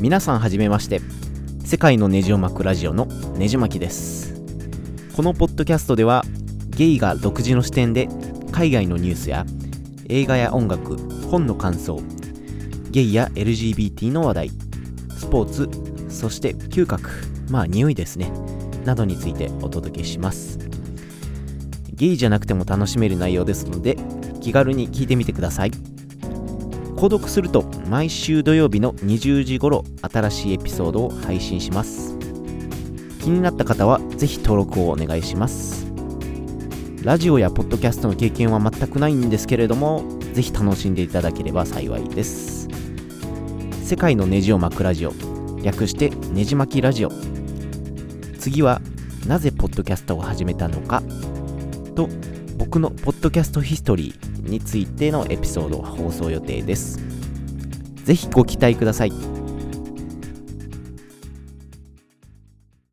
皆さんはじめまして。世界のネジを巻くラジオのネジ巻きです。このポッドキャストではゲイが独自の視点で海外のニュースや映画や音楽、本の感想、ゲイや LGBT の話題、スポーツ、そして嗅覚、匂いですね、などについてお届けします。ゲイじゃなくても楽しめる内容ですので気軽に聞いてみてください。購読すると毎週土曜日の20時頃新しいエピソードを配信します。気になった方はぜひ登録をお願いします。ラジオやポッドキャストの経験は全くないんですけれども、ぜひ楽しんでいただければ幸いです。世界のネジを巻くラジオ、略してネジ巻きラジオ。次はなぜポッドキャストを始めたのかと、僕のポッドキャストヒストリーについてのエピソード放送予定です。ぜひご期待ください。